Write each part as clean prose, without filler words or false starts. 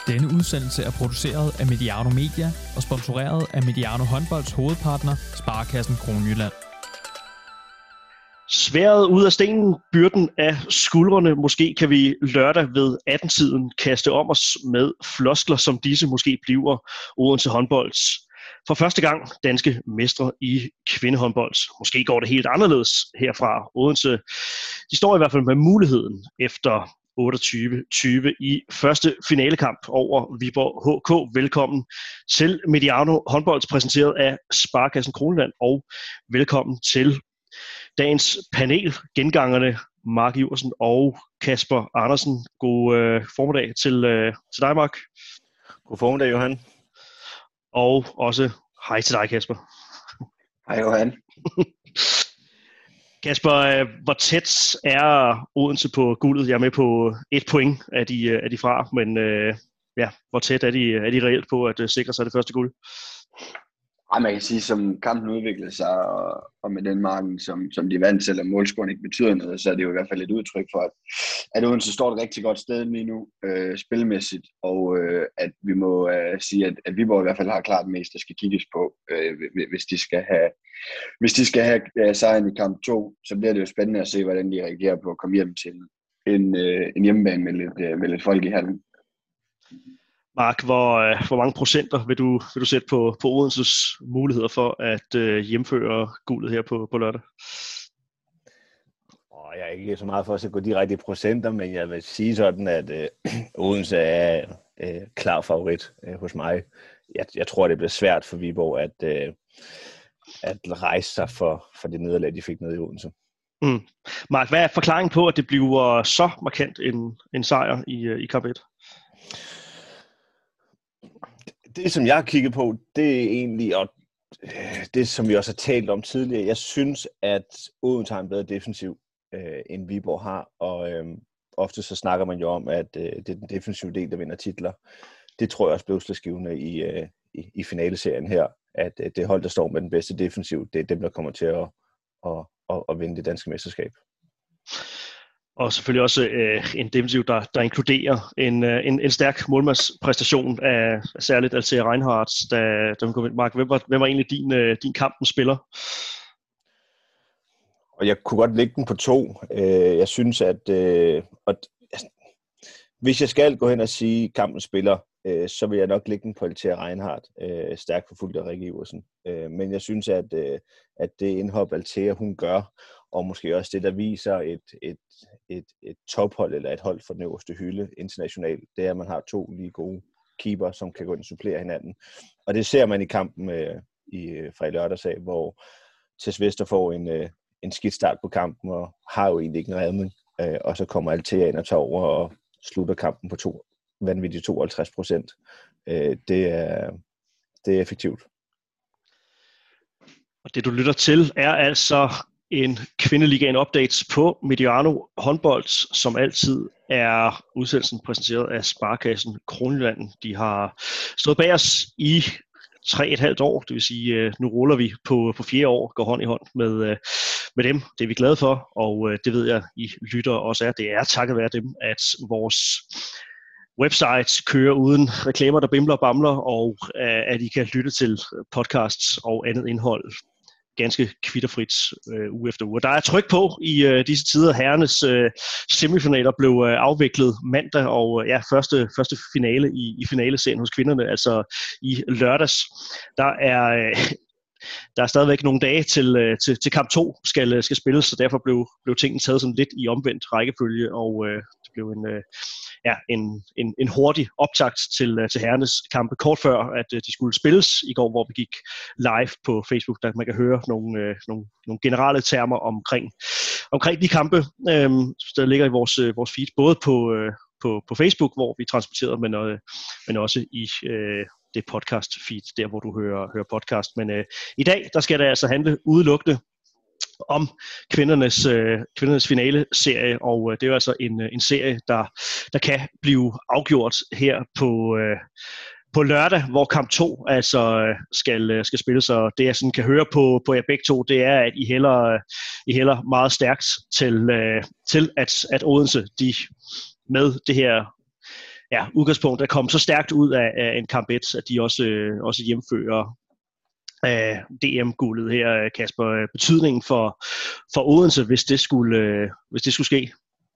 Denne udsendelse er produceret af Mediano Media og sponsoreret af Mediano Håndbolds hovedpartner, Sparekassen Kronjylland. Sværet ud af stenen, byrden af skuldrene. Måske kan vi lørdag ved 18-tiden kaste om os med floskler, som disse måske bliver Odense Håndbolds for første gang danske mestre i kvindehåndbold. Måske går det helt anderledes herfra. Odense, de står i hvert fald med muligheden efter 28-20 i første finalekamp over Viborg HK. Velkommen til Mediano Håndbolds, præsenteret af Sparekassen Kronjylland, og velkommen til dagens panel, gengangerne Mark Iversen og Kasper Andersen. God formiddag til dig, Mark. God formiddag, Johan. Og også hej til dig, Kasper. Hej, Johan. Kasper, hvor tæt er Odense på guldet? Jeg er med på 1 point af de fra, men hvor tæt er de reelt på at sikre sig det første guld? Ej, man kan sige, som kampen udviklede sig, og med den marken, som de vandt, selvom målscoren ikke betyder noget, så er det jo i hvert fald et udtryk for, at Odense står et rigtig godt sted lige nu, spilmæssigt, og at vi må sige, at Viborg i hvert fald har klart mest, der skal kigges på, hvis de skal have sejren i kamp 2, så bliver det jo spændende at se, hvordan de reagerer på at komme hjem til en hjemmebane med lidt folk i hallen. Mark, hvor mange procenter vil du sætte på Odenses muligheder for at hjemføre guldet her på lørdag? Jeg er ikke så meget for at gå direkte i procenter, men jeg vil sige sådan, at Odense er klar favorit hos mig. Jeg tror, det bliver svært for Viborg at rejse sig for det nederlag, de fik ned i Odense. Mark, hvad er forklaringen på, at det bliver så markant en sejr i kamp 1? Det, som jeg har kigget på, det er egentlig, og det, som vi også har talt om tidligere, jeg synes, at Odense har en bedre defensiv, end Viborg har, og ofte så snakker man jo om, at det er den defensive del, der vinder titler. Det tror jeg også blev slagskivende i finaleserien her, at det hold, der står med den bedste defensiv, det er dem, der kommer til at vinde det danske mesterskab. Og selvfølgelig også en defensiv, der inkluderer en stærk målmandspræstation af særligt Althea Reinhardt, da hun kom ind. Mark, hvem var egentlig din kampens spiller? Og jeg kunne godt lægge den på 2. Jeg synes, at hvis jeg skal gå hen og sige kampens spiller, så vil jeg nok lægge den på Althea Reinhardt, stærkt forfulgt af Rikke Iversen. Men jeg synes, at det indhop Althea, hun gør, og måske også det, der viser et tophold eller et hold for den øverste hylde internationalt, det er, at man har 2 lige gode keeper, som kan gå ind og supplere hinanden. Og det ser man i kampen fra i lørdags af, hvor Tess Vester får en skidt start på kampen, og har jo egentlig ikke en redning. Og så kommer Althea ind og tager over og slutter kampen på vanvittigt 52%. Det er effektivt. Og det, du lytter til, er altså en Kvindeligaen update på Mediano Håndbold, som altid er udsendelsen præsenteret af Sparekassen Kronjylland. De har stået bag os i 3,5 år, det vil sige, nu ruller vi på 4. år, går hånd i hånd med dem. Det er vi glade for, og det ved jeg, I lytter også er. Det er takket være dem, at vores website kører uden reklamer, der bimler og bamler, og at I kan lytte til podcasts og andet indhold ganske kvitterfrit uge efter uge. Der er tryk på i disse tider. Herrenes semifinaler blev afviklet mandag, og første finale i finaleserien hos kvinderne, altså i lørdags. Der er stadigvæk nogle dage til kamp 2 skal spilles, så derfor blev tingene taget sådan lidt i omvendt rækkefølge, og det blev en hurtig optakt til herrenes kampe kort før, at de skulle spilles i går, hvor vi gik live på Facebook, der man kan høre nogle generelle termer omkring de kampe, der ligger i vores feed, både på Facebook, hvor vi transporterede, men også i det podcast feed, der hvor du hører podcast. Men i dag, der skal det altså handle udelukkende om kvindernes finale-serie, og det er jo altså en serie, der kan blive afgjort her på lørdag, hvor kamp 2 altså skal spilles, og det jeg sådan kan høre på jer begge to, det er, at I hælder meget stærkt til at Odense, de med det her udgangspunkt at komme så stærkt ud af en kamp 1, at de også hjemfører DM-guldet her, Kasper. Betydningen for Odense, hvis det skulle ske?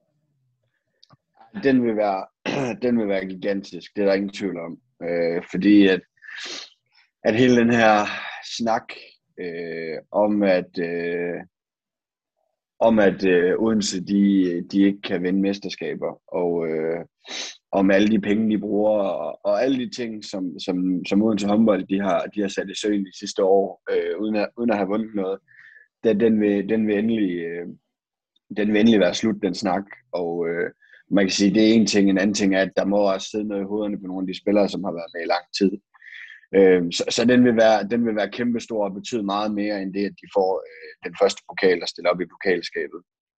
Den vil være gigantisk, det er der ingen tvivl om. Fordi at hele den her snak om at Odense de ikke kan vinde mesterskaber, og om alle de penge de bruger, og alle de ting som Odense håndbold de har sat i søen de sidste år, uden at have vundet noget, den vil endelig være slut, den snak. Og man kan sige, det er en ting. En anden ting er, at der må også sidde noget i hovederne på nogle af de spillere, som har været med i lang tid. Så den vil være kæmpestor og betyde meget mere, end det, at de får den første pokal at stille op i pokalskabet.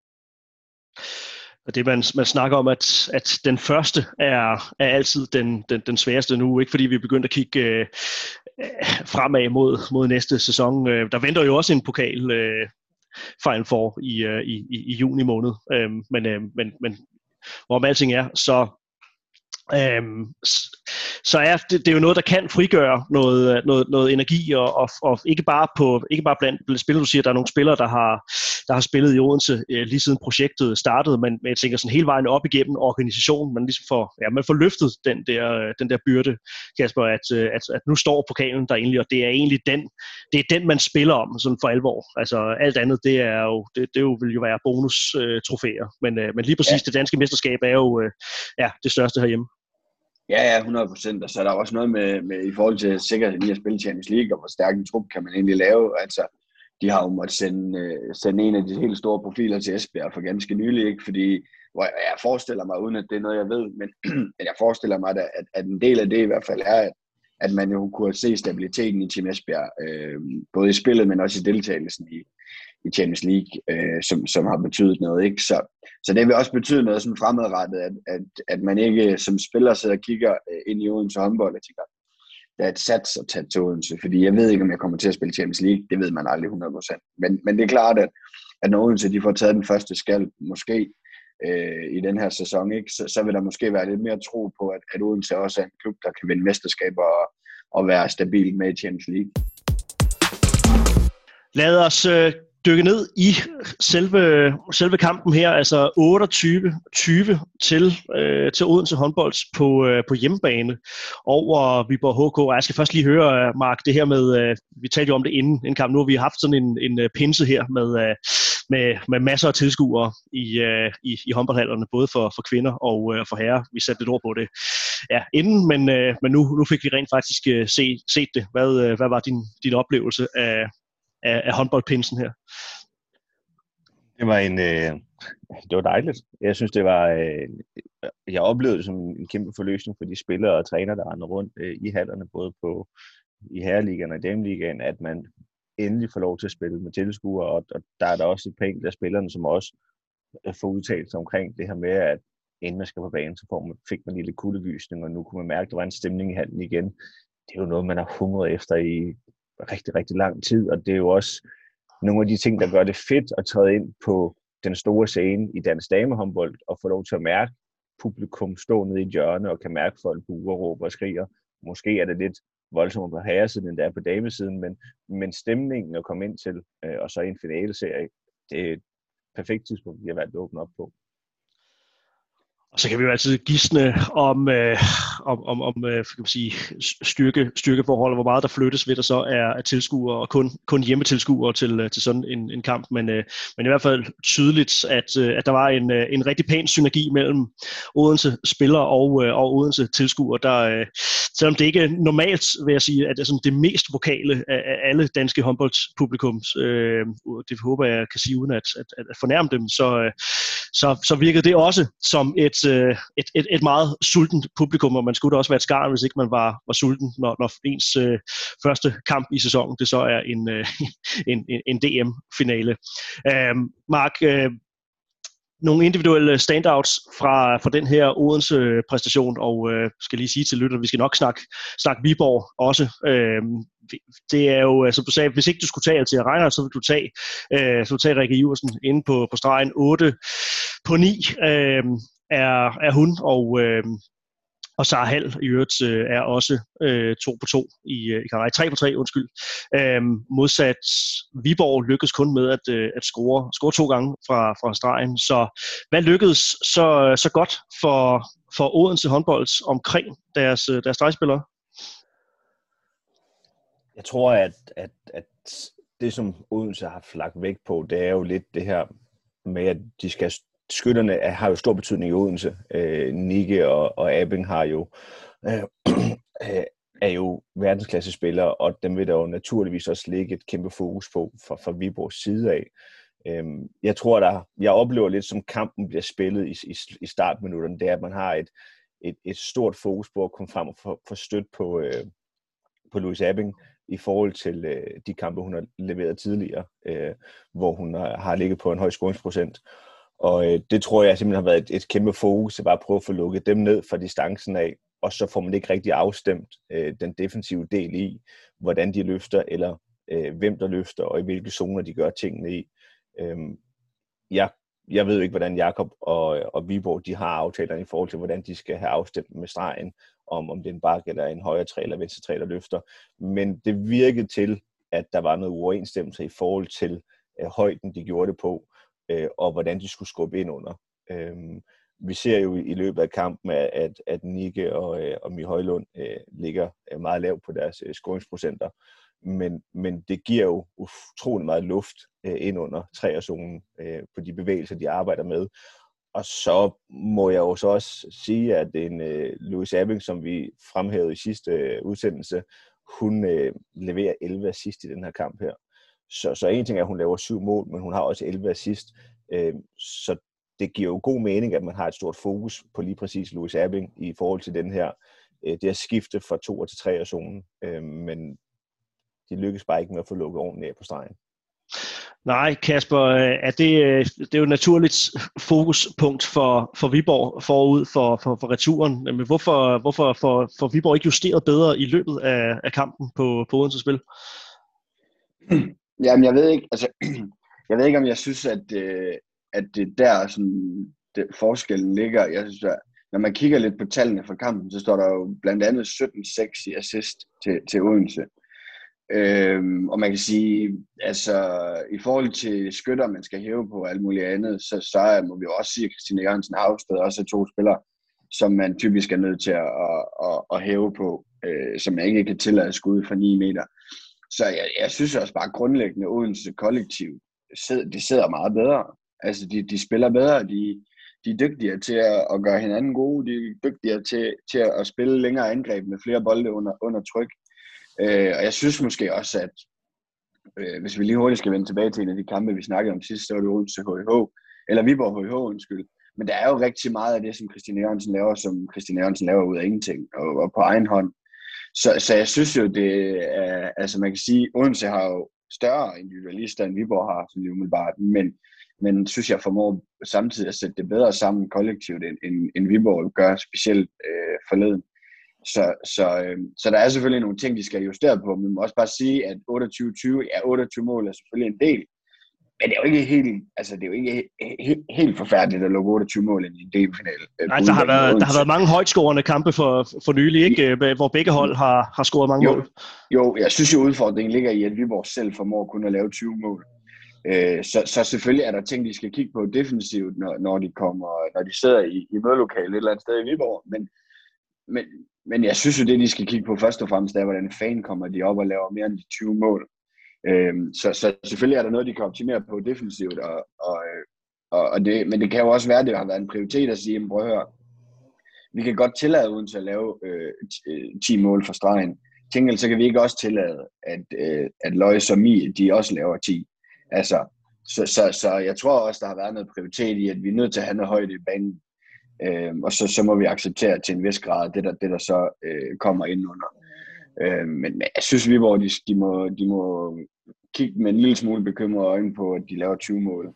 Og det man snakker om, at den første er altid den sværeste nu, ikke fordi vi er begyndt at kigge fremad mod næste sæson. Der venter jo også en pokal Final Four i juni måned, men hvorom alting er, så er det er jo noget, der kan frigøre noget energi, og ikke bare blandt spillere. Du siger, at der er nogle spillere, der har spillet i Odense lige siden projektet startede, men jeg tænker sådan hele vejen op igennem organisationen, man ligesom får løftet den der byrde, Kasper, at nu står pokalen der egentlig, og det er egentlig den man spiller om sådan for alvor. Altså alt andet, det vil jo være bonus trofæer, men lige præcis det danske mesterskab er jo det største herhjemme. Ja, 100%. Og så er der også noget med i forhold til sikkerheden i at spille Champions League, og hvor stærk en trup kan man egentlig lave. Altså, de har jo måttet sende en af de helt store profiler til Esbjerg for ganske nylig, ikke? Fordi hvor jeg forestiller mig, uden at det er noget, jeg ved, men jeg forestiller mig, at en del af det i hvert fald er, at man jo kunne se stabiliteten i Team Esbjerg, både i spillet, men også i deltagelsen i Champions League, som har betydet noget, ikke? Så det vil også betyde noget sådan fremadrettet, at man ikke som spiller sidder og kigger ind i Odense håndbold og tænker, der er et sats at tage til Odense, fordi jeg ved ikke, om jeg kommer til at spille Champions League, det ved man aldrig 100%. Men det er klart, at når Odense de får taget den første skal, måske i den her sæson, ikke, så vil der måske være lidt mere tro på, at Odense også er en klub, der kan vinde mesterskaber og være stabil med i Champions League. Lad os dykke ned i selve kampen her, altså 28-20 til Odense håndbold på hjemmebane over Viborg HK. Og jeg skal først lige høre, Mark, det her med, vi talte jo om det inden kamp, nu har vi haft sådan en pinse her med masser af tilskuere i håndboldhallerne, både for kvinder og for herrer. Vi satte lidt ord på det inden, men nu fik vi rent faktisk set det. Hvad var din oplevelse af håndboldpinsen her? Det var dejligt. Jeg synes, jeg oplevede det som en kæmpe forløsning for de spillere og trænere, der render rundt i hallerne, både i herreligaen og i dameligaen, at man endelig får lov til at spille med tilskuere, og der er der også et par enkelte af spillerne, som også får udtalt sig omkring det her med, at inden man skal på banen, så fik man lige lidt kuldegysning, og nu kunne man mærke, at der var en stemning i hallen igen. Det er jo noget, man har hungret efter i rigtig, rigtig lang tid, og det er jo også nogle af de ting, der gør det fedt at træde ind på den store scene i dansk damehåndbold og få lov til at mærke publikum stå nede i hjørnet og kan mærke folk buer, råber og skriger. Måske er det lidt voldsomt på herresiden, end det er på damesiden, men stemningen at komme ind til, og så i en finaleserie, det er et perfekt tidspunkt, vi har valgt at åbne op på. Og så kan vi jo altid gisne om kan man sige, styrkeforhold, hvor meget der flyttes ved, der så er tilskuere, og kun hjemmetilskuere til sådan en kamp. Men i hvert fald tydeligt, at der var en rigtig pæn synergi mellem Odense spillere og Odense tilskuere, der selvom det ikke er normalt, vil jeg sige, at det er sådan det mest vokale af alle danske håndboldpublikums, det håber jeg kan sige uden at fornærme dem, så virkede det også som et meget sultent publikum, og man skulle da også være et skarn, hvis ikke man var sulten, når ens første kamp i sæsonen, det så er en DM-finale. Mark, nogle individuelle standouts fra den her Odense-præstation, og skal lige sige til lytter, vi skal nok snakke Viborg også. Det er jo, som du sagde, hvis ikke du skulle tage Althea Reinhardt, så vil du tage Rikke Iversen inde på stregen. 8-9 er hun, Og Sarah Hall i øvrigt er også 2-2 i Kanari. 3-3, undskyld. Modsat Viborg lykkedes kun med at score 2 gange fra stregen. Så hvad lykkedes så godt for Odense håndbold omkring deres stregspillere? Jeg tror, at det, som Odense har lagt vægt på, det er jo lidt det her med, at skytterne har jo stor betydning i Odense. Nikke og Abing er jo verdensklassespillere, og dem vil der jo naturligvis også ligge et kæmpe fokus på fra Viborgs side af. Jeg tror, jeg oplever lidt, som kampen bliver spillet i startminutterne, det er, at man har et stort fokus på at komme frem og få stødt på Louise Abing i forhold til de kampe, hun har leveret tidligere, hvor hun har ligget på en høj scoringsprocent. Og det tror jeg simpelthen har været et kæmpe fokus, at bare prøve at få lukket dem ned fra distancen af, og så får man ikke rigtig afstemt den defensive del i, hvordan de løfter, eller hvem der løfter, og i hvilke zoner de gør tingene i. Jeg ved jo ikke, hvordan Jakob og Viborg de har aftalerne i forhold til, hvordan de skal have afstemt med stregen, om det er en bakke eller en højre træ eller venstre træ, der løfter. Men det virkede til, at der var noget uoverensstemmelse i forhold til højden, de gjorde det på, og hvordan de skulle skubbe ind under. Vi ser jo i løbet af kampen, at Nikke og Mi Højlund ligger meget lavt på deres scoringsprocenter. Men det giver jo utrolig meget luft ind under træerzonen på de bevægelser, de arbejder med. Og så må jeg jo så også sige, at en Louise Abing, som vi fremhævede i sidste udsendelse, hun leverer 11 assist i den her kamp her. Så en ting er, at hun laver 7 mål, men hun har også 11 assist. Så det giver jo god mening, at man har et stort fokus på lige præcis Louise Abing i forhold til det her skifte fra 2 til 3 zonen. Men de lykkes bare ikke med at få lukket ordentligt af på stregen. Nej, Kasper, det er jo et naturligt fokuspunkt for Viborg forud for returen. Men hvorfor får Viborg ikke justeret bedre i løbet af kampen på Odense spil? Jamen, jeg ved ikke, om jeg synes, at det der sådan, forskellen ligger. Jeg synes, at når man kigger lidt på tallene fra kampen, så står der jo blandt andet 17-6 i assist til Odense. Og man kan sige, altså i forhold til skytter, man skal hæve på og alt muligt andet, så må vi jo også sige, at Christine Jørgensen Havsted også er 2 spillere, som man typisk er nødt til at hæve på, som man ikke kan tillade skud fra 9 meter. Så jeg synes også bare grundlæggende, Odense kollektiv, det sidder meget bedre. Altså de spiller bedre, de er dygtigere til at gøre hinanden gode, de er dygtigere til at spille længere angreb med flere bolde under tryk. Og jeg synes måske også, at hvis vi lige hurtigt skal vende tilbage til en af de kampe, vi snakkede om sidst, så var det Odense HH, eller Viborg HH, undskyld. Men der er jo rigtig meget af det, som Christine Jørgensen laver ud af ingenting, og på egen hånd. Så jeg synes jo, det er, altså man kan sige, Odense har jo større individualister, end Viborg har, som umiddelbart, men synes jeg formår samtidig at sætte det bedre sammen kollektivt, end Viborg gør, specielt forleden. Så der er selvfølgelig nogle ting, de skal justere på, men man må også bare sige, at 28 mål er selvfølgelig en del, men det er jo ikke helt forfærdeligt at lukke 28 mål i en delfinale. Nej, der har været mange højtscorende kampe for nylig, ikke? Hvor begge hold har scoret mange mål. Jo, jeg synes jo udfordringen ligger i, at Viborg selv formår kun at lave 20 mål. Så selvfølgelig er der ting, de skal kigge på defensivt, når de sidder i mødelokalet et eller andet sted i Viborg, men jeg synes jo, det de skal kigge på først og fremmest er, hvordan fanden kommer de op og laver mere end de 20 mål. Så selvfølgelig er der noget, de kan optimere på defensivt, men det kan jo også være, at det har været en prioritet at sige, prøv at høre, vi kan godt tillade Odense at lave 10 mål for stregen. Tænk, så kan vi ikke også tillade, at Løjs og Mi, de også laver 10. Altså, så jeg tror også, der har været noget prioritet i, at vi er nødt til at have noget højde i banen. Og så må vi acceptere til en vis grad det der så kommer ind under. Men jeg synes, Viborg, de må kigge med en lille smule bekymrede øjne på, at de laver 20 mål.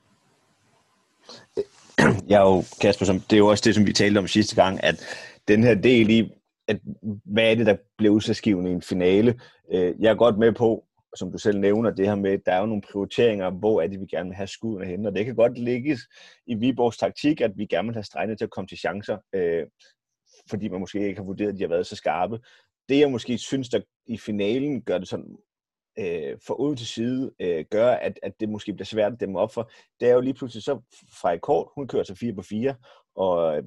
Ja, og Kasper, det er jo også det, som vi talte om sidste gang, at den her del i, at hvad er det, der bliver udslagsgivende i en finale. Jeg er godt med på, som du selv nævner, det her med, at der er jo nogle prioriteringer, hvor er det, vi gerne vil have skuddene henne, og det kan godt ligges i Viborgs taktik, at vi gerne vil have stregene til at komme til chancer, fordi man måske ikke har vurderet, at de har været så skarpe. Det jeg måske synes, der i finalen gør det sådan, for ud til side, gør, at det måske bliver svært at dæmme op for, det er jo lige pludselig så Freja Kort, hun kører så 4 på 4, og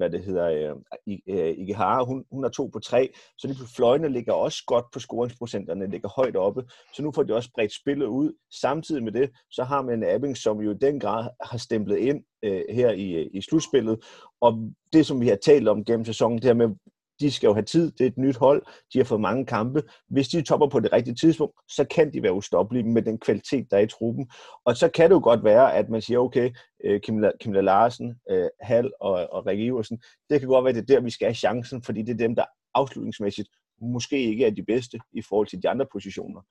Igehara, hun er 2 på 3, så lige pludselig fløjene ligger også godt på scoringsprocenterne, ligger højt oppe, så nu får de også bredt spillet ud. Samtidig med det, så har man Abbing, som jo i den grad har stemplet ind her i slutspillet, og det som vi har talt om gennem sæsonen, det her med, de skal jo have tid, det er et nyt hold, de har fået mange kampe. Hvis de topper på det rigtige tidspunkt, så kan de være ustoppelige med den kvalitet, der er i truppen. Og så kan det jo godt være, at man siger, okay, Kimla Larsen, Hall og Rikke Iversen, det kan godt være, det er der, vi skal have chancen, fordi det er dem, der afslutningsmæssigt måske ikke er de bedste i forhold til de andre positioner.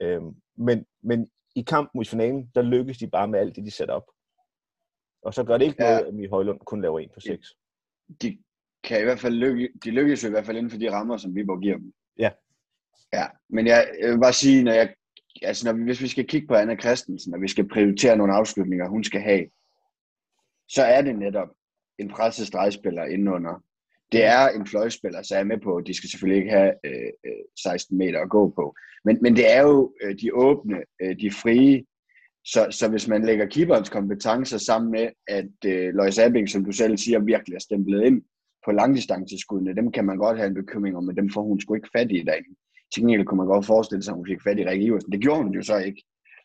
Men i kampen mod finalen, der lykkes de bare med alt det, de sætter op. Og så gør det ikke noget, at Mie Højlund kun laver 1 på 6. De kan i hvert fald de lykkes jo i hvert fald inden for de rammer, som Viborg giver dem. Ja. Ja, men jeg vil bare sige, hvis vi skal kigge på Anna Christensen, og vi skal prioritere nogle afslutninger, hun skal have, så er det netop en presset stregspiller indenunder. Det er en fløjspiller, så jeg er med på, at de skal selvfølgelig ikke have 16 meter at gå på. Men det er jo de åbne, de frie. Så hvis man lægger keeperens kompetencer sammen med, at Lois Abbing, som du selv siger, virkelig er stemplet ind på langdistanceskuddene, dem kan man godt have en bekymring om, men dem får hun sgu ikke fat i i dag. Til gengæld kunne man godt forestille sig, at hun fik fat i Rikke Iversen. Det gjorde hun jo så ikke.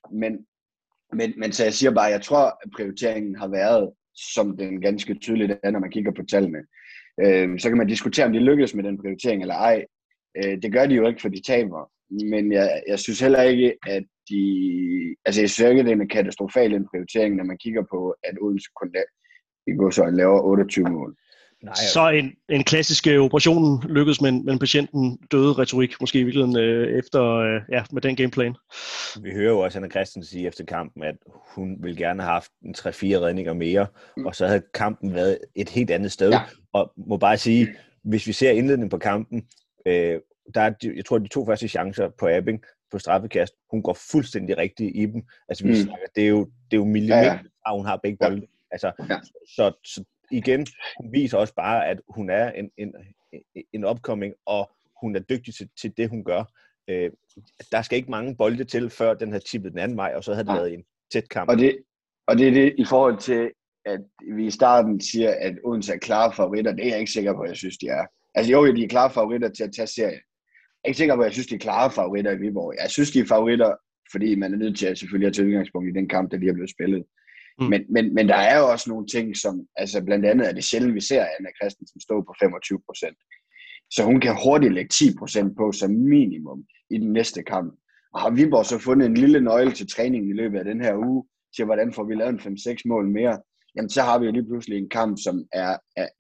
Men så jeg siger bare, jeg tror, at prioriteringen har været, som den ganske tydeligt er, når man kigger på tallene. Så kan man diskutere, om de lykkes med den prioritering eller ej. Det gør de jo ikke, for de taber. Men jeg synes heller ikke, at jeg synes ikke, at det er en katastrofal en prioritering, når man kigger på, at Odense kun laver 28 mål. Nej, så en klassisk operation lykkedes, men patienten døde retorik, måske i virkeligheden efter med den gameplan. Vi hører jo også Anna Christensen sige efter kampen, at hun ville gerne have haft 3-4 redninger mere, og så havde kampen været et helt andet sted. Ja. Og må bare sige, hvis vi ser indledningen på kampen, der er, jeg tror, de 2 første chancer på Abbing på straffekast, hun går fuldstændig rigtigt i dem. Altså vi snakker, det er jo millimeter, og hun har begge bolde. Altså, så igen, hun viser også bare, at hun er en upcoming, og hun er dygtig til det, hun gør. Der skal ikke mange bolde til, før den har tippet den anden vej, og så havde det været en tæt kamp. Og det er det i forhold til, at vi i starten siger, at Odense er klare favoritter. Det er jeg ikke sikker på, at jeg synes, de er. Altså jo, de er klare favoritter til at tage serien. Jeg er ikke sikker på, at jeg synes, de er klare favoritter i Viborg. Jeg synes, de er favoritter, fordi man er nødt til at selvfølgelig have til udgangspunkt i den kamp, der lige er blevet spillet. Men der er jo også nogle ting, som, altså blandt andet er det sjældent, vi ser Anna Christensen stå på 25%. Så hun kan hurtigt lægge 10% på som minimum i den næste kamp. Og har Viborg så fundet en lille nøgle til træningen i løbet af den her uge, til hvordan får vi lavet en 5-6 mål mere, jamen så har vi jo lige pludselig en kamp, som er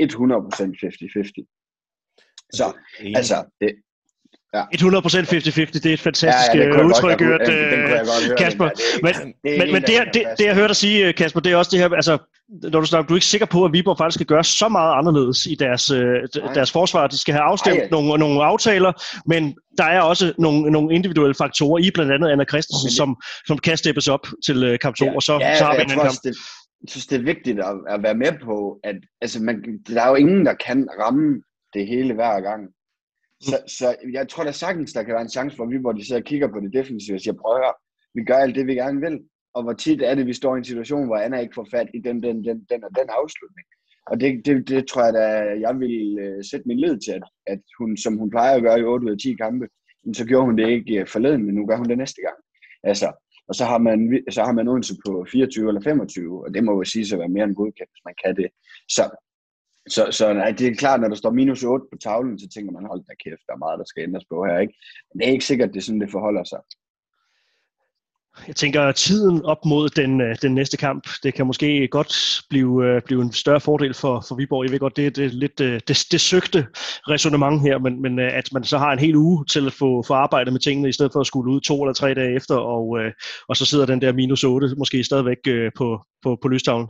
100% 50-50. Så altså, det, Ja. 100% 50-50, det er et fantastisk udtryk, Kasper. Men det jeg hørte dig sige, Kasper, det er også det her, altså, når du snakker, du er ikke sikker på, at Viborg faktisk skal gøre så meget anderledes i deres forsvar. De skal have afstemt nogle aftaler, men der er også nogle individuelle faktorer i blandt andet Anna Christensen, som kan steppes op til kamp 2, og så har vi en kamp. Jeg synes, det er vigtigt at være med på, at altså, der er jo ingen, der kan ramme det hele hver gang. Så jeg tror da sagtens, der kan være en chance for Viborg, de sidder og kigger på det defensive og siger, prøv at høre, vi gør alt det, vi gerne vil. Og hvor tit er det, vi står i en situation, hvor Anna ikke får fat i den og den afslutning. Og det tror jeg da, jeg vil sætte min lid til, at hun, som hun plejer at gøre i 8 ud af 10 kampe, så gjorde hun det ikke forleden, men nu gør hun det næste gang. Altså, og så har man Odense på 24 eller 25, og det må jo sige at være mere end godkendt, hvis man kan det. Så nej, det er klart, når der står -8 på tavlen, så tænker man, hold da kæft, der er meget, der skal ændres på her, ikke? Men det er ikke sikkert, det er sådan, det forholder sig. Jeg tænker, tiden op mod den næste kamp, det kan måske godt blive en større fordel for Viborg. Jeg ved godt, det er lidt det søgte ræsonnement her, men at man så har en hel uge til at få arbejdet med tingene, i stedet for at skulle ud 2 eller 3 dage efter, og så sidder den der -8 måske stadigvæk på lystavlen.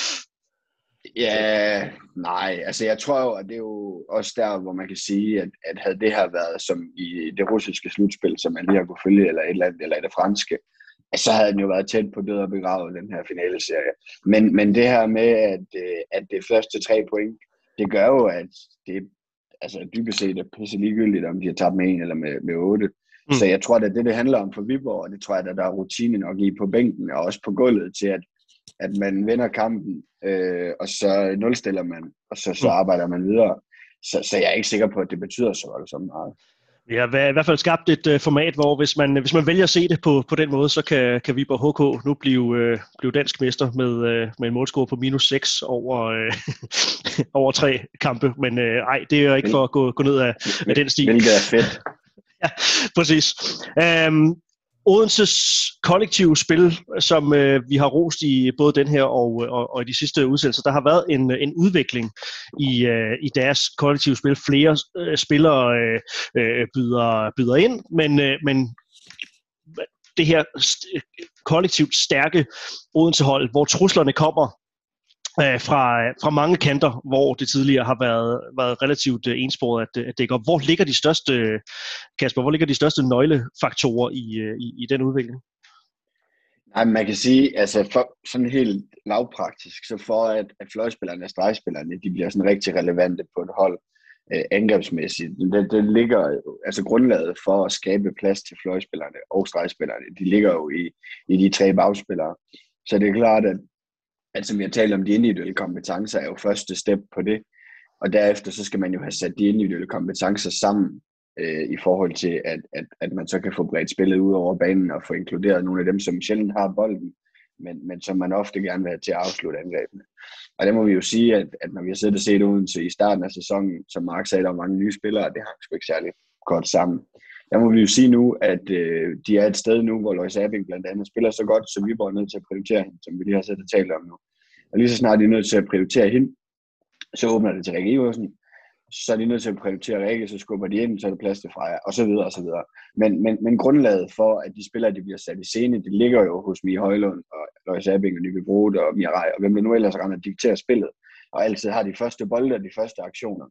Ja, nej, altså jeg tror jo, at det er jo også der, hvor man kan sige, at havde det her været som i det russiske slutspil, som man lige har kunne følge, eller et eller andet, eller i det franske, så havde den jo været tæt på død og begravet, den her finaleserie. Men det her med, at det første 3 point, det gør jo, at altså dybest set er pisse ligegyldigt, om de har tabt med 1 eller med 8. Så jeg tror, at det handler om for Viborg, og det tror jeg, at der er rutine nok i på bænken, og også på gulvet til, at man vinder kampen, og så nulstiller man, og så arbejder man videre. Så jeg er ikke sikker på, at det betyder så voldsomt meget. Vi har i hvert fald skabt et format, hvor hvis man vælger at se det på den måde, så kan Viborg HK nu blive dansk mester med en målscore på -6 over 3 kampe. Men det er jo ikke for at gå ned af den stil. Hvilket er fedt. Ja, præcis. Odenses kollektive spil, som vi har rost i både den her og i de sidste udsendelser, der har været en udvikling i deres kollektive spil. Flere spillere byder ind, men det her kollektivt stærke Odense-hold, hvor truslerne kommer fra mange kanter, hvor det tidligere har været relativt ensporet at dække op. Hvor ligger de største, Kasper, hvor ligger de største nøglefaktorer i den udvikling? Nej, man kan sige, altså for, sådan helt lavpraktisk, så for at fløjspillerne og stregspillerne, de bliver sådan rigtig relevante på et hold angrebsmæssigt. Det ligger altså grundlaget for at skabe plads til fløjspillerne og stregspillerne. De ligger jo i de 3 bagspillere. Så det er klart, at som vi har talt om, de individuelle kompetencer er jo første step på det, og derefter så skal man jo have sat de individuelle kompetencer sammen i forhold til, at man så kan få bredt spillet ud over banen og få inkluderet nogle af dem, som sjældent har bolden, men som man ofte gerne vil have til at afslutte angrebene. Og det må vi jo sige, at når vi har siddet og set Odense i starten af sæsonen, som Mark sagde, der var mange nye spillere, det hang sgu ikke særlig godt sammen. Der må vi jo sige nu, at de er et sted nu, hvor Lois Abing blandt andet spiller så godt, så Viborg er nødt til at prioritere hende, som vi lige har siddet og talt om nu. Og lige så snart de er nødt til at prioritere hende, så åbner det til Rikke Iversen. Så er de nødt til at prioritere Rikke, så skubber de ind, så er det plads til Freja, og så videre, og så videre. Men grundlaget for, at de spillere, de bliver sat i scene, det ligger jo hos Mie Højlund, og Lois Abing, og Nyby Brode, og Mia Rej, og hvem der nu ellers render og dikterer spillet, og altid har de første bolde og de første aktioner.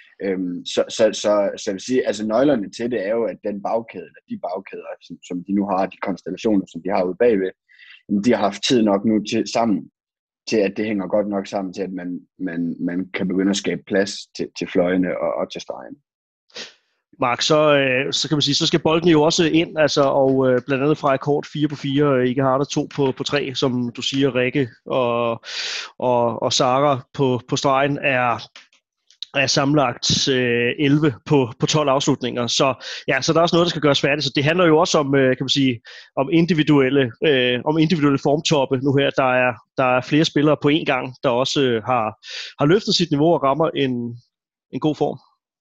Så jeg vil sige, altså nøglerne til det er jo, at den bagkæde, eller de bagkæder, som de nu har, de konstellationer, som de har ude bagved, de har haft tid nok nu sammen til, at det hænger godt nok sammen til, at man kan begynde at skabe plads til fløjene og til stregen. Mark, så kan man sige, så skal bolden jo også ind, altså, og blandt andet fra akkord 4-4, Ikke Harder 2-3, som du siger, Rikke og Sara på stregen er sammenlagt 11 på 12 afslutninger. Så der er også noget, der skal gøres færdigt. Så det handler jo også om, kan man sige, om individuelle formtoppe nu her. Der er flere spillere på én gang, der også har løftet sit niveau og rammer en god form.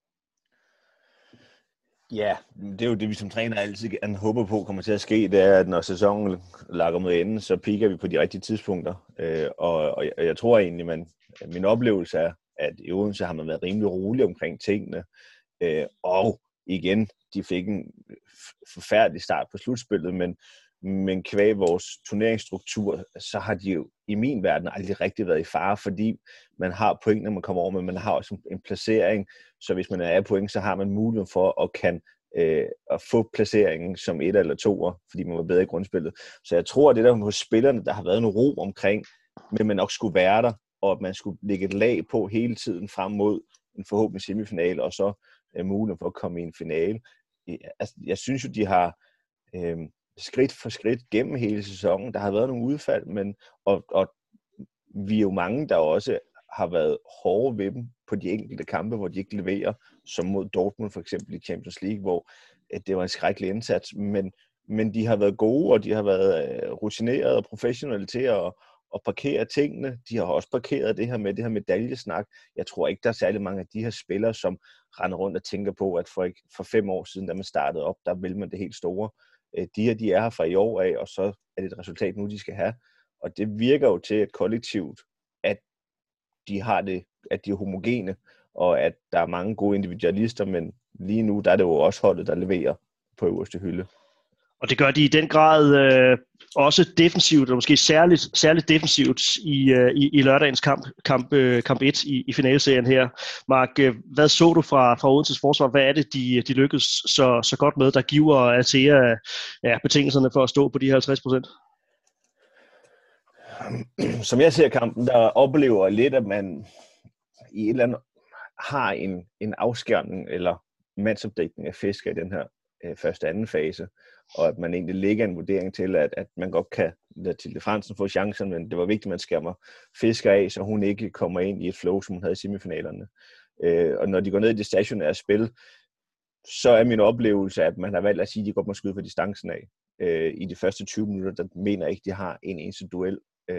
Ja, det er jo det, vi som træner altid håber på kommer til at ske. Det er, at når sæsonen lakker mod enden, så piker vi på de rigtige tidspunkter. Og jeg tror egentlig, min oplevelse er, at i Odense har man været rimelig rolig omkring tingene. Og igen, de fik en forfærdelig start på slutspillet, men kvæg vores turneringsstruktur, så har de jo i min verden aldrig rigtig været i fare, fordi man har point, når man kommer over, men man har også en placering, så hvis man er af point, så har man mulighed for at få placeringen som 1 eller 2'er, fordi man var bedre i grundspillet. Så jeg tror, at det der hos spillerne, der har været en ro omkring, men man nok skulle være der, og at man skulle lægge et lag på hele tiden frem mod en forhåbentlig semifinale, og så mulighed for at komme i en finale. Altså, jeg synes jo, de har skridt for skridt gennem hele sæsonen. Der har været nogle udfald, og vi er jo mange, der også har været hårde ved dem på de enkelte kampe, hvor de ikke leverer, som mod Dortmund for eksempel i Champions League, hvor det var en skrækkelig indsats, men de har været gode, og de har været rutinerede og professionelle til at parkere tingene. De har også parkeret det her medaljesnak. Jeg tror ikke, der er særlig mange af de her spillere, som render rundt og tænker på, at for 5 år siden, da man startede op, der vil man det helt store. De er her fra i år af, og så er det et resultat nu, de skal have. Og det virker jo til et kollektivt, at de har det, at de er homogene, og at der er mange gode individualister, men lige nu, der er det jo også holdet, der leverer på øverste hylde. Og det gør de i den grad også defensivt, og måske særligt defensivt i lørdagens kamp 1 i finaleserien her. Mark, hvad så du fra Odenses forsvar? Hvad er det, de lykkedes så godt med, der giver Altea betingelserne for at stå på de 50%? Som jeg ser kampen, der oplever lidt, at man i et eller andet har en afskærmning eller mandsopdækning af fisker i den her første og anden fase, og at man egentlig lægger en vurdering til, at man godt kan lade Tilde Frandsen få chancen, men det var vigtigt, at man skærmer fisker af, så hun ikke kommer ind i et flow, som hun havde i semifinalerne. Og når de går ned i det stationære spil, så er min oplevelse, at man har valgt at sige, at de godt må skyde for distancen af. I de første 20 minutter, der mener jeg ikke, de har en eneste duel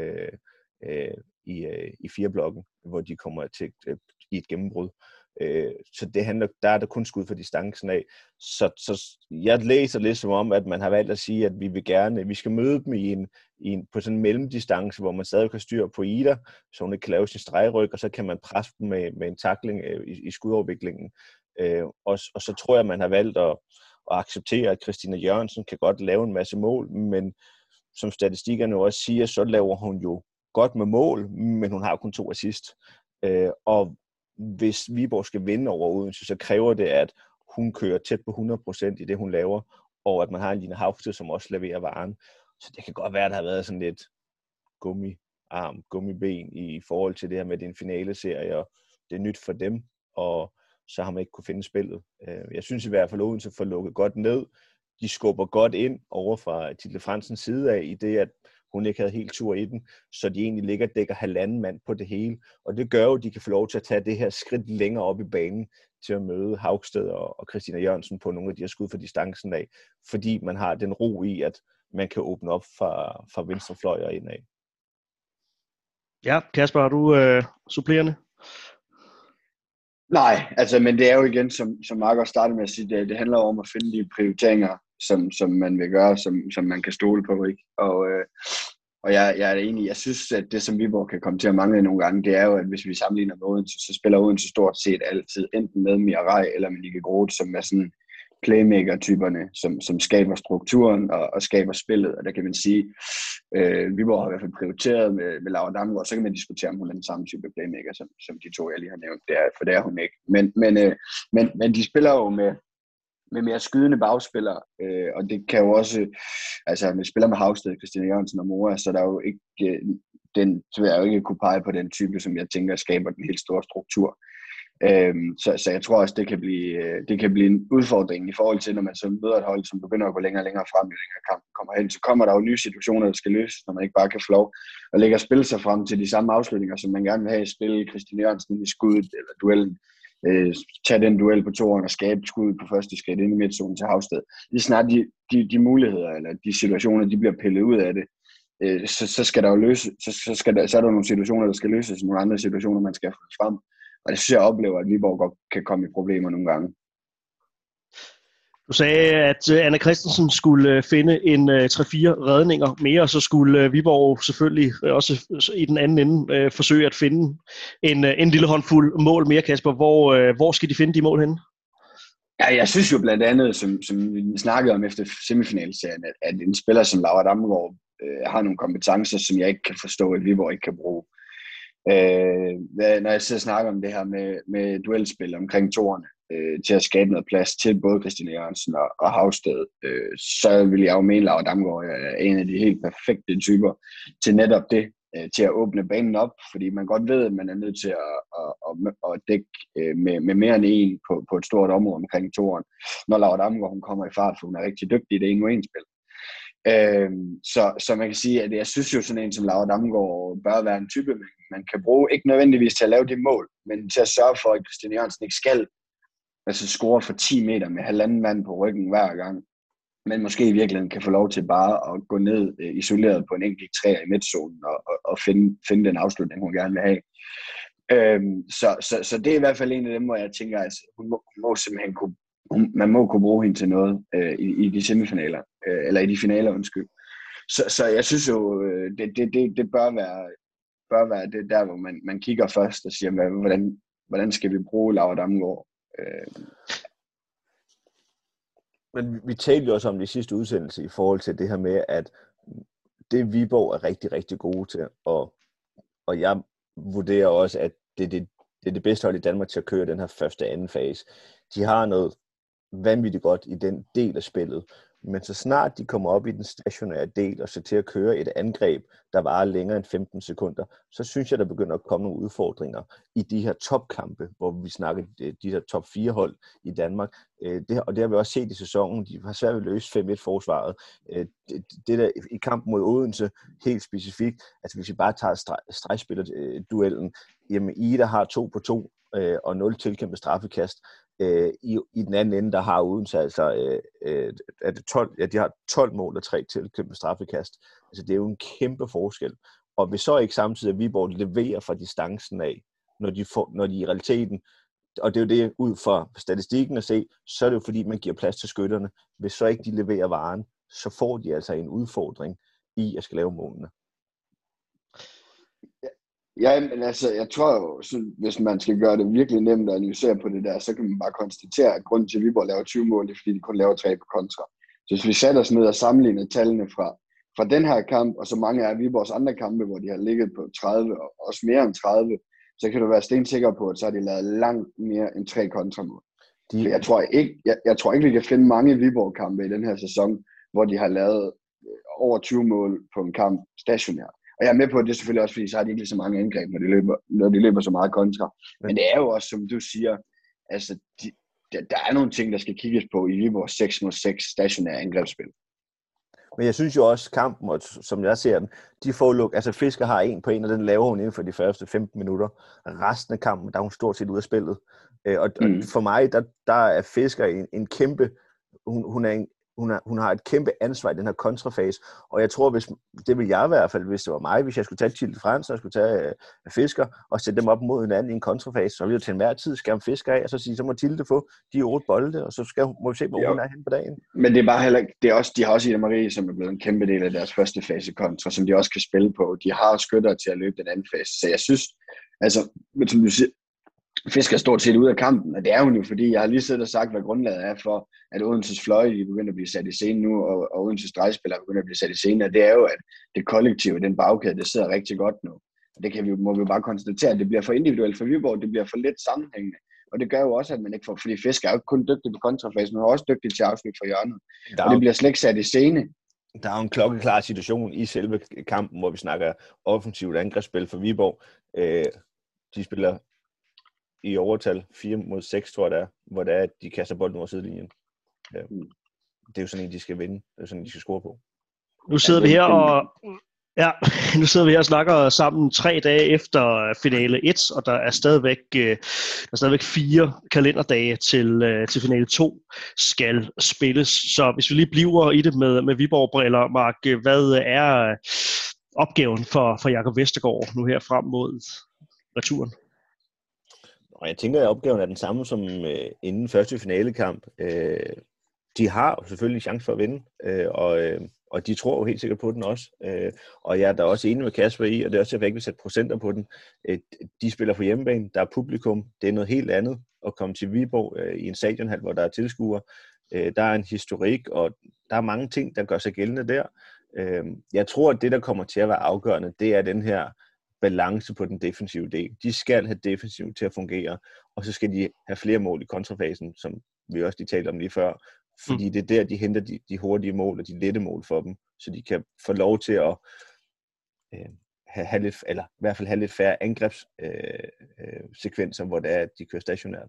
i 4-blokken, hvor de kommer til i et gennembrud. Så det handler, der er der kun skud for distancen af. Så jeg læser lidt som om, at man har valgt at sige, at vi skal møde dem på sådan en mellemdistance, hvor man stadig kan styre på Ida, så hun ikke kan lave sin stregryg, og så kan man presse dem med en tackling i skudoverviklingen. Og så tror jeg, at man har valgt at acceptere, at Christina Jørgensen kan godt lave en masse mål, men som statistikkerne også siger, så laver hun jo godt med mål, men hun har jo kun 2 assist. Og hvis Viborg skal vinde over Odense, så kræver det, at hun kører tæt på 100% i det, hun laver, og at man har en Line Haugsted, som også leverer varen. Så det kan godt være, at der har været sådan lidt gummiben i forhold til det her med din finaleserie, og det er nyt for dem, og så har man ikke kunne finde spillet. Jeg synes i hvert fald, at Odense får lukket godt ned. De skubber godt ind over fra Tilde Fransens side af, i det, at hun ikke havde helt tur i den, så de egentlig ligger og dækker 1,5 mand på det hele. Og det gør jo, at de kan få lov til at tage det her skridt længere op i banen til at møde Haugsted og Christina Jørgensen på nogle af de her skud for distancen af, fordi man har den ro i, at man kan åbne op fra venstre fløj og indad. Ja, Kasper, har du supplerende? Nej, altså, men det er jo igen, som Mark også startede med at sige, det handler om at finde de prioriteringer, som man vil gøre, som man kan stole på, ikke? Og jeg er enig. Jeg synes, at det, som Viborg kan komme til at mangle nogle gange, det er jo, at hvis vi sammenligner med Odense, så spiller Odense stort set altid, enten med Mirai eller med Likke Groth, som er sådan playmaker-typerne, som skaber strukturen og skaber spillet. Og der kan man sige, Viborg har i hvert fald prioriteret med Laura Damgaard, så kan man diskutere, om hun er den samme type playmaker, som de 2, jeg lige har nævnt. For det er hun ikke. Men de spiller jo med mere skydende bagspillere, og det kan jo også, altså vi spiller med Haugsted, Christina Jørgensen og Mora, så der er jo ikke så vil jeg jo ikke kunne pege på den type, som jeg tænker skaber den helt store struktur. Så jeg tror også, det kan blive en udfordring i forhold til, når man så møder et hold, som begynder at gå længere og længere frem, jo længere kampen kommer hen, så kommer der jo nye situationer, der skal løses, når man ikke bare kan få lov at lægge og spille sig frem til de samme afslutninger, som man gerne vil have, spille Christina Jørgensen i skuddet eller duellen, tage den duel på toeren og skabe skud på første skridt ind i midtzonen til Haugsted. Lige snart de muligheder eller de situationer, de bliver pillet ud af det, så skal der jo løse, så er der nogle situationer, der skal løses, nogle andre situationer, man skal få frem. Og det synes jeg oplever, at Viborg godt kan komme i problemer nogle gange. Du sagde, at Anna Christensen skulle finde en 3-4 redninger mere, og så skulle Viborg selvfølgelig også i den anden ende forsøge at finde en lille håndfuld mål mere, Kasper. Hvor skal de finde de mål henne? Ja, jeg synes jo blandt andet, som vi snakkede om efter semifinalserien, at en spiller som Laura Damgaard har nogle kompetencer, som jeg ikke kan forstå, at Viborg ikke kan bruge. Når jeg sidder og snakker om det her med duelspil omkring toerne, til at skabe noget plads til både Christina Jørgensen og Haugsted, så vil jeg jo mene, at Laura Damgaard er en af de helt perfekte typer til netop det, til at åbne banen op, fordi man godt ved, at man er nødt til at dække med mere end en på et stort område omkring toeren. Når Laura Damgaard hun kommer i fart, for hun er rigtig dygtig i det 1-1-spil. Så man kan sige, at jeg synes jo sådan en som Laura Damgaard bør være en type, man kan bruge, ikke nødvendigvis til at lave de mål, men til at sørge for, at Christina Jørgensen ikke skal score for 10 meter med 1,5 mand på ryggen hver gang, men måske i virkeligheden kan få lov til bare at gå ned isoleret på en enkelt træer i midtzonen og finde den afslutning, hun gerne vil have. Så det er i hvert fald en af dem, hvor jeg tænker, at hun må simpelthen man må kunne bruge hende til noget i de semifinaler, eller i de finaler, undskyld. Så jeg synes jo, det bør være det der, hvor man kigger først og siger, hvordan skal vi bruge Laura Damgaard? Men vi talte jo også om det i sidste udsendelse i forhold til det her med, at det Viborg er rigtig, rigtig gode til, og jeg vurderer også, at det er det bedste hold i Danmark til at køre den her første og anden fase. De har noget vanvittigt godt i den del af spillet, Men så snart de kommer op i den stationære del og så til at køre et angreb, der varer længere end 15 sekunder, så synes jeg, der begynder at komme nogle udfordringer i de her topkampe, hvor vi snakker de her top 4 hold i Danmark. Og det har vi også set i sæsonen. De har svært ved at løse 5-1-forsvaret. Det der i kampen mod Odense, helt specifikt, altså hvis vi bare tager stregspiller-duellen, jamen Ida har 2 på 2 og 0 tilkæmpet straffekast. I den anden ende, der har Odense altså er det 12, ja, de har 12 mål og 3 tilkæmpet straffekast. Altså det er jo en kæmpe forskel. Og hvis så ikke samtidig, at Viborg leverer fra distancen af, når de i realiteten, og det er jo det ud fra statistikken at se, så er det jo fordi, man giver plads til skytterne. Hvis så ikke de leverer varen, så får de altså en udfordring i at skal lave målene. Ja, men altså, jeg tror jo, hvis man skal gøre det virkelig nemt at analysere på det der, så kan man bare konstatere, at grunden til, at Viborg laver 20 mål, det er, fordi de kun laver 3 på kontra. Så hvis vi sætter os ned og sammenligner tallene fra den her kamp, og så mange af Viborgs andre kampe, hvor de har ligget på 30, og også mere end 30, så kan du være stensikker på, at så har de lavet langt mere end 3 kontramål. Jeg tror ikke, vi kan finde mange Viborg-kampe i den her sæson, hvor de har lavet over 20 mål på en kamp stationært. Og jeg er med på, at det er selvfølgelig også, fordi så har de ikke lige så mange angreb, når de løber så meget kontra. Men det er jo også, som du siger, altså, der er nogle ting, der skal kigges på i Viborgs 6-mod-6 stationære angrebsspil. Men jeg synes jo også, kampen, som jeg ser den, de får altså Fisker har 1 på 1, og den laver hun inden for de første 15 minutter. Resten af kampen, der er hun stort set ude af spillet. Og for mig, der er Fisker en kæmpe, hun har et kæmpe ansvar i den her kontrafase, og jeg tror, det vil jeg i hvert fald, hvis det var mig, hvis jeg skulle tage Tilde Frans, og jeg skulle tage Fisker, og sætte dem op mod hinanden i en kontrafase, så ville jeg til enhver tid skærme Fisker af, og så sige, så må Tilde få de 8 bolde, og så må vi se, hvor hun er henne på dagen. Men det er bare heller ikke, de har også Ida Marie, som er blevet en kæmpe del af deres første fase kontra, som de også kan spille på. De har skytter til at løbe den anden fase, så jeg synes, altså, som du siger, Fisker stort set ud af kampen, og det er hun jo, fordi jeg har lige siddet og sagt, hvad grundlaget er for, at Odenses fløje de begynder at blive sat i scene nu, og Odenses drejspillere begynder at blive sat i scene, og det er jo, at det kollektive, den bagkæde, det sidder rigtig godt nu. Og det må vi jo bare konstatere, at det bliver for individuelt for Viborg, det bliver for lidt sammenhængende, og det gør jo også, at man ikke får, fordi Fisker er jo ikke kun dygtig på kontrafasen, men også dygtig til at afslutte fra hjørnet, og det bliver slet ikke sat i scene. Der er jo en klokkeklar situation i selve kampen, hvor vi snakker offensivt angrebsspil for Viborg. De spiller i overtal 4-mod-6, tror jeg det er, hvor det er, at de kaster bolden over sidelinjen. Det er jo sådan en, de skal vinde. Det er jo sådan en, de skal score på. Nu sidder vi her og snakker sammen 3 dage efter finale 1, og der er stadigvæk 4 kalenderdage til finale 2 skal spilles. Så hvis vi lige bliver i det med Viborg-briller, Mark, hvad er opgaven for Jakob Vestergaard nu her frem mod returen? Og jeg tænker, at opgaven er den samme som inden første finalekamp. De har selvfølgelig chance for at vinde, og de tror jo helt sikkert på den også. Og jeg er da også enig med Kasper i, og det er også, at jeg ikke vil sætte procenter på den. De spiller på hjemmebane, der er publikum, det er noget helt andet at komme til Viborg i en stadionhal, hvor der er tilskuere. Der er en historik, og der er mange ting, der gør sig gældende der. Jeg tror, at det, der kommer til at være afgørende, det er den her balance på den defensive del. De skal have defensivt til at fungere, og så skal de have flere mål i kontrafasen, som vi også talte om lige før, fordi det er der, de henter de hurtige mål og de lette mål for dem, så de kan få lov til at have lidt, eller i hvert fald have lidt færre angrebssekvenser, hvor det er, at de kører stationært.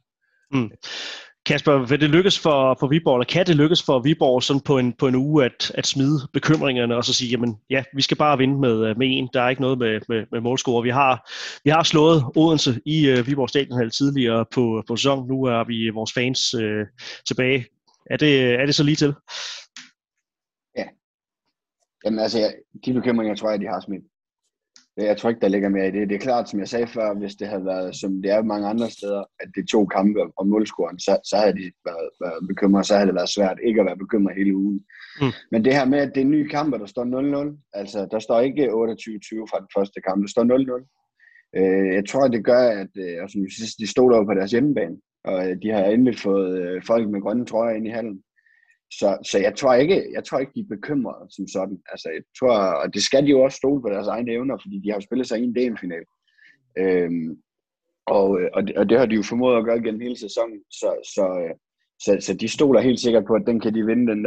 Kasper, vil det lykkes for Viborg, eller kan det lykkes for Viborg sådan på en uge at smide bekymringerne og så sige, jamen ja, vi skal bare vinde med en. Der er ikke noget med målscorer. Vi har slået Odense i Viborg Stadionhal tidligere på sæsonen. Nu er vi vores fans tilbage. Er det så lige til? Ja. Jamen altså, de bekymringer tror jeg, de har smidt. Jeg tror ikke, der ligger mere i det. Det er klart, som jeg sagde før, hvis det havde været, som det er mange andre steder, at det 2 kampe om målscoren, så havde de været bekymret, så havde det været svært ikke at være bekymret hele ugen. Men det her med, at det er nye kampe, der står 0-0, altså der står ikke 28-20 fra den første kamp, der står 0-0. Jeg tror, det gør, at de stod over på deres hjemmebane, og de har endelig fået folk med grønne trøjer ind i hallen. Så jeg tror ikke, de er bekymrede som sådan. Altså, jeg tror, og det skal de jo også stole på deres egne evner, fordi de har jo spillet sig i en DM-final. Og det har de jo formået at gøre gennem hele sæsonen. Så de stoler helt sikkert på, at den kan de vinde, den der.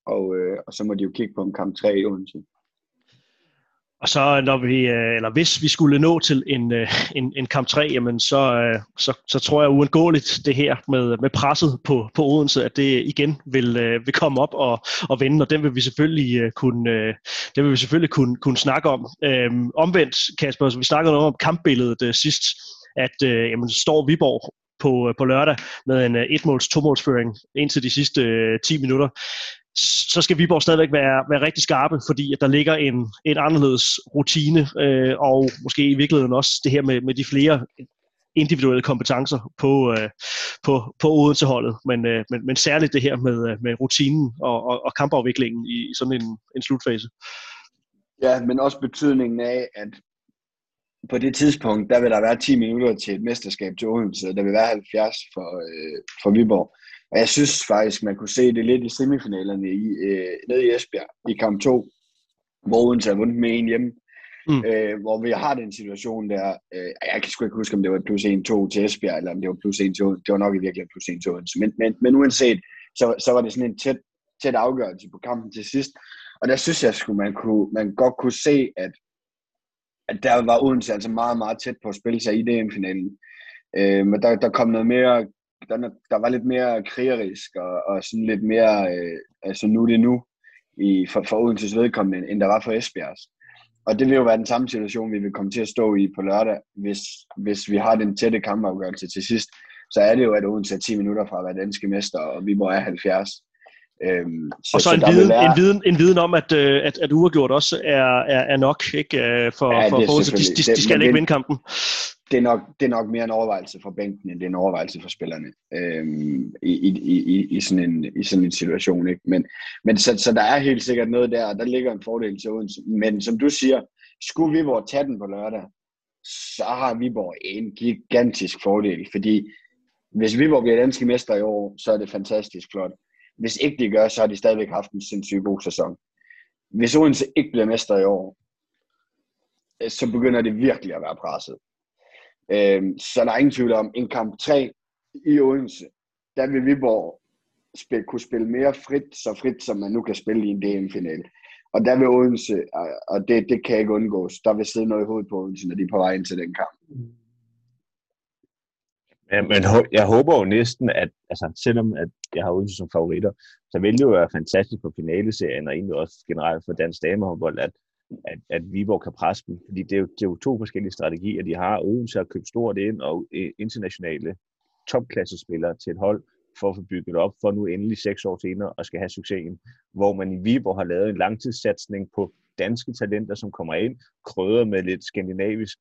og så må de jo kigge på en kamp 3 i Odense. Og så når vi, eller hvis vi skulle nå til en kamp 3, jamen så tror jeg uundgåeligt det her med presset på Odense, at det igen vil komme op og vende, og den vil vi selvfølgelig kunne snakke om. Omvendt, Kasper, så vi snakkede noget om kampbilledet sidst, at jamen, står Viborg på lørdag med en 1-måls, 2-målsføring indtil de sidste 10 minutter, så skal Viborg stadigvæk være rigtig skarpe, fordi at der ligger en anderledes rutine, og måske i virkeligheden også det her med de flere individuelle kompetencer på Odense-holdet, men særligt det her med rutinen og kampafviklingen i sådan en slutfase. Ja, men også betydningen af, at på det tidspunkt, der vil der være 10 minutter til et mesterskab til Odense, og der vil være 70 for Viborg. Og jeg synes faktisk, man kunne se det lidt i semifinalerne nede i Esbjerg i kamp 2, hvor Odense har vundet med 1 hjemme. Hvor vi har den situation der, jeg kan sgu ikke huske, om det var plus 1-2 til Esbjerg, eller om det var plus 1 til Odense. Det var nok i virkeligheden plus 1 til Odense. Men uanset, så var det sådan en tæt afgørelse på kampen til sidst. Og der synes jeg sgu, man godt kunne se, at der var Odense altså meget, meget tæt på at spille sig i DM-finalen. Men der kom noget mere, der var lidt mere krigerisk og sådan lidt mere, altså nu er det nu, for Odenses vedkommende, end der var for Esbjergs. Og det vil jo være den samme situation, vi vil komme til at stå i på lørdag, hvis vi har den tætte kampafgørelse til sidst. Så er det jo, at Odense er 10 minutter fra at være danske mester, og Viborg er 70. Og så en viden om, at uafgjort også er nok, ikke, for Odense. De skal ikke vinde kampen. Det er nok mere en overvejelse for bænken, end det er en overvejelse for spillerne i sådan en situation. Ikke? Men så der er helt sikkert noget der, og der ligger en fordel til Odense. Men som du siger, skulle Viborg tage den på lørdag, så har Viborg en gigantisk fordel, fordi hvis Viborg bliver danske mester i år, så er det fantastisk flot. Hvis ikke de gør, så har de stadigvæk haft en sindssygt god sæson. Hvis Odense ikke bliver mester i år, så begynder det virkelig at være presset. Så der er ingen tvivl om, en kamp 3 i Odense, der vil Viborg kunne spille mere så frit, som man nu kan spille i en DM-finale. Og der vil Odense, og det kan ikke undgås, der vil sidde noget i hovedet på Odense, når de er på vej ind til den kamp. Ja, men jeg håber jo næsten, at altså, selvom at jeg har Odense som favoritter, så vil det jo være fantastisk på finaleserien, og egentlig også generelt for dansk damehåndbold, at Viborg kan presse dem. Fordi det er jo 2 forskellige strategier, de har. Odense har købt stort ind, og internationale topklassespillere til et hold, for at få bygget op, for nu endelig 6 år senere, og skal have succesen. Hvor man i Viborg har lavet en langtidssatsning på danske talenter, som kommer ind, krydret med lidt skandinavisk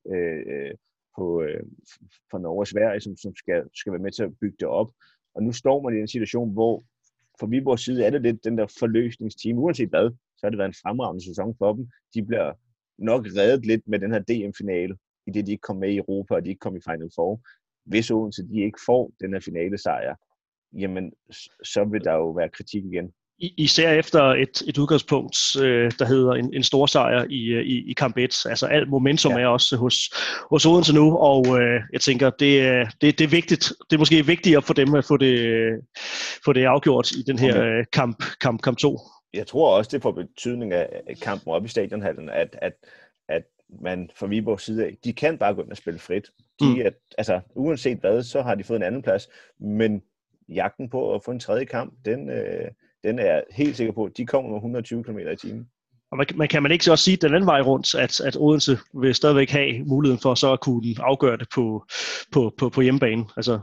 fra Norge og Sverige, som skal være med til at bygge det op. Og nu står man i en situation, hvor fra Viborgs side er det lidt den der forløsningsteam. Uanset hvad, så har det været en fremragende sæson for dem. De bliver nok reddet lidt med den her DM-finale, i det de ikke kom med i Europa, og de ikke kom i Final Four. Hvis Odense de ikke får den her finale-sejr, jamen så vil der jo være kritik igen. Især efter et udgangspunkt, der hedder en stor sejr i kamp 1. Altså alt momentum er også hos Odense nu, og jeg tænker, det er vigtigt. Det er måske vigtigere for dem at få det afgjort i den her kamp 2. Jeg tror også, det får betydning af kampen op i stadionhallen, at man fra Viborgs side af, de kan bare gå ind og spille frit. Altså uanset hvad, så har de fået en anden plads, men jagten på at få en tredje kamp, den er jeg helt sikker på, at de kommer med 120 km i timen. Og man kan ikke så også sige den anden vej rundt, at Odense vil stadigvæk have muligheden for så at kunne afgøre det på hjemmebane? Altså.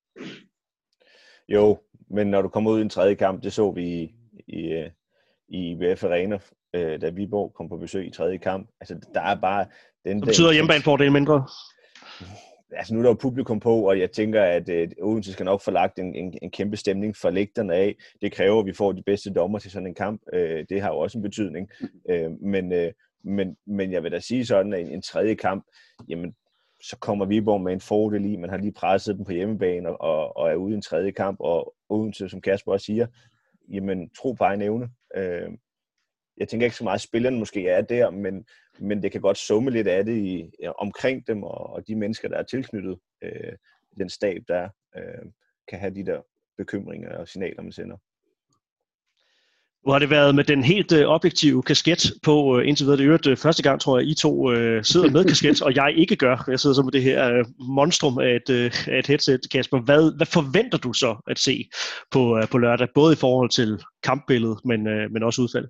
Jo, men når du kommer ud i en tredje kamp, det så vi i IBF Arena, da Viborg kom på besøg i tredje kamp. Altså, der er bare den. Det betyder hjemmebanefordel mindre? Altså nu er der jo publikum på, og jeg tænker, at Odense skal nok få lagt en kæmpe stemning for lægterne af. Det kræver, at vi får de bedste dommer til sådan en kamp. Det har jo også en betydning. Men jeg vil da sige sådan, at en tredje kamp, jamen, så kommer Viborg med en fordel i. Man har lige presset dem på hjemmebane og er ude i en tredje kamp. Og Odense, som Kasper også siger, jamen, tro på egen evne. Jeg tænker ikke så meget, at spillerne måske er der, men det kan godt summe lidt af det omkring dem, og de mennesker, der er tilknyttet den stab, der kan have de der bekymringer og signaler, man sender. Nu har det været med den helt objektive kasket på indtil videre. Det er jo første gang, tror jeg, I to sidder med kasket, og jeg ikke gør. Jeg sidder så med det her monstrum af et headset. Kasper, hvad forventer du så at se på lørdag, både i forhold til kampbilledet, men også udfald?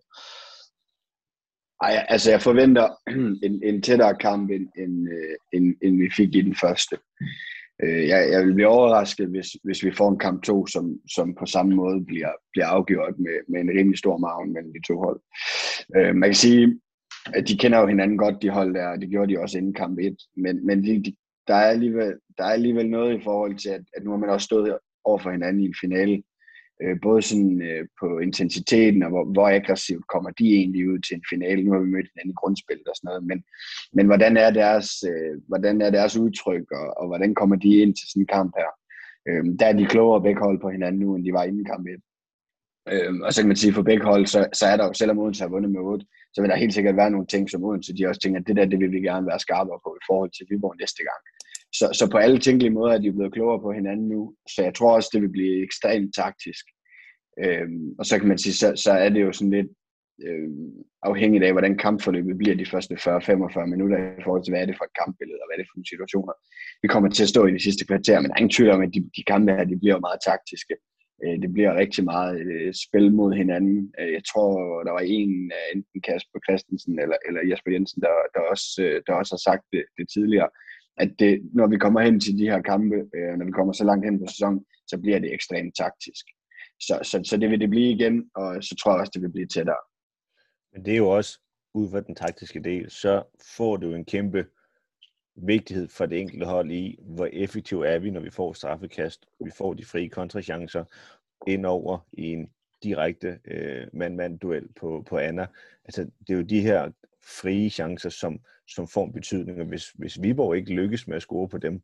Ej, altså jeg forventer en tættere kamp, end vi fik i den første. Jeg vil blive overrasket, hvis vi får en kamp 2, som på samme måde bliver afgjort med en rimelig stor margen mellem de to hold. Man kan sige, at de kender jo hinanden godt, de hold der, det gjorde de også inden kamp 1, men der er alligevel noget i forhold til, at nu har man også stået over for hinanden i en finale, både sådan på intensiteten, og hvor aggressivt kommer de egentlig ud til en finale. Nu har vi mødt hinanden i grundspillet og sådan noget, men hvordan er deres udtryk, og hvordan kommer de ind til sådan en kamp her? Der er de klogere begge hold på hinanden nu, end de var inden kamp 1. Og så kan man sige, for begge hold, så er der jo, selvom Odense har vundet med 8, så vil der helt sikkert være nogle ting, som Odense, de også tænker, at det vil vi gerne være skarpere på i forhold til Viborg næste gang. Så på alle tænkelige måder er de blevet klogere på hinanden nu, så jeg tror også, det vil blive ekstremt taktisk. Og så kan man sige, så er det jo sådan lidt afhængigt af, hvordan kampforløbet bliver de første 40-45 minutter i forhold til, hvad er det for et kampbillede, og hvad er det for nogle situationer, vi kommer til at stå i de sidste kvarter. Men der er ingen tvivl om, at de kampe her, de bliver meget taktiske. Det bliver rigtig meget spil mod hinanden. Jeg tror, der var en af enten Kasper Christensen eller Jesper Jensen, der også har sagt det tidligere, at når vi kommer hen til de her kampe, når vi kommer så langt hen på sæsonen, så bliver det ekstremt taktisk. Så det vil det blive igen, og så tror jeg også, det vil blive tættere. Men det er jo også, ud fra den taktiske del, så får det jo en kæmpe vigtighed for det enkelte hold i, hvor effektiv er vi, når vi får straffekast, vi får de frie kontrachancer ind over i en direkte mand-mand-duel på Anna. Altså, det er jo de her frie chancer, som får en betydning, og hvis Viborg ikke lykkes med at score på dem,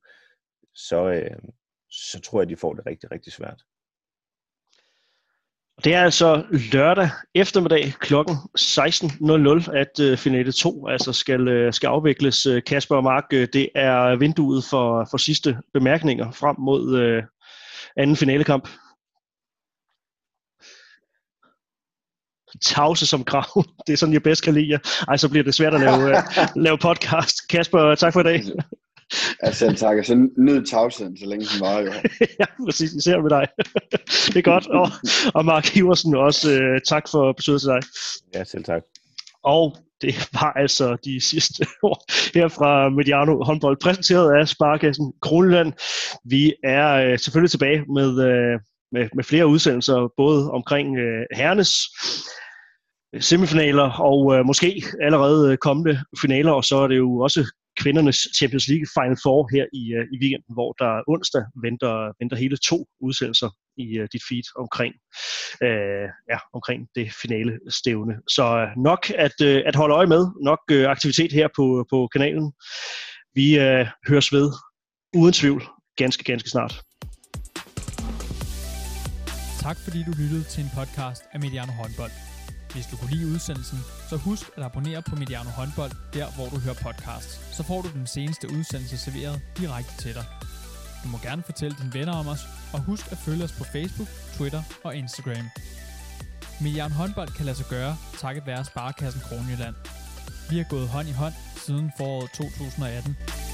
så tror jeg, de får det rigtig, rigtig svært. Det er altså lørdag eftermiddag kl. 16.00, at finale 2 altså skal afvikles. Kasper og Mark, det er vinduet for sidste bemærkninger frem mod anden finalekamp. Tavse som grav. Det er sådan, jeg bedst kan lide jer. Ej, så bliver det svært at lave podcast. Kasper, tak for i dag. Ja, selv tak. Så nyd tavsheden, så længe den var jo. Ja, præcis. Især med dig. Det er godt. Og Mark Iversen også. Tak for besøget til dig. Ja, selv tak. Og det var altså de sidste ord her fra Mediano håndbold, præsenteret af Sparekassen Kronjylland. Vi er selvfølgelig tilbage med flere udsendelser, både omkring herrenes semifinaler og måske allerede kommende finaler, og så er det jo også kvindernes Champions League Final Four her i weekenden, hvor der onsdag venter hele 2 udsendelser i dit feed omkring det finale stævne. Så nok at holde øje med, nok aktivitet her på kanalen. Vi høres ved uden tvivl ganske snart. Tak fordi du lyttede til en podcast af Mediano Håndbold. Hvis du kunne lide udsendelsen, så husk at abonnere på Mediano Håndbold, der hvor du hører podcasts. Så får du den seneste udsendelse serveret direkte til dig. Du må gerne fortælle dine venner om os, og husk at følge os på Facebook, Twitter og Instagram. Mediano Håndbold kan lade sig gøre, takket være Sparekassen Kronjylland. Vi har gået hånd i hånd siden foråret 2018.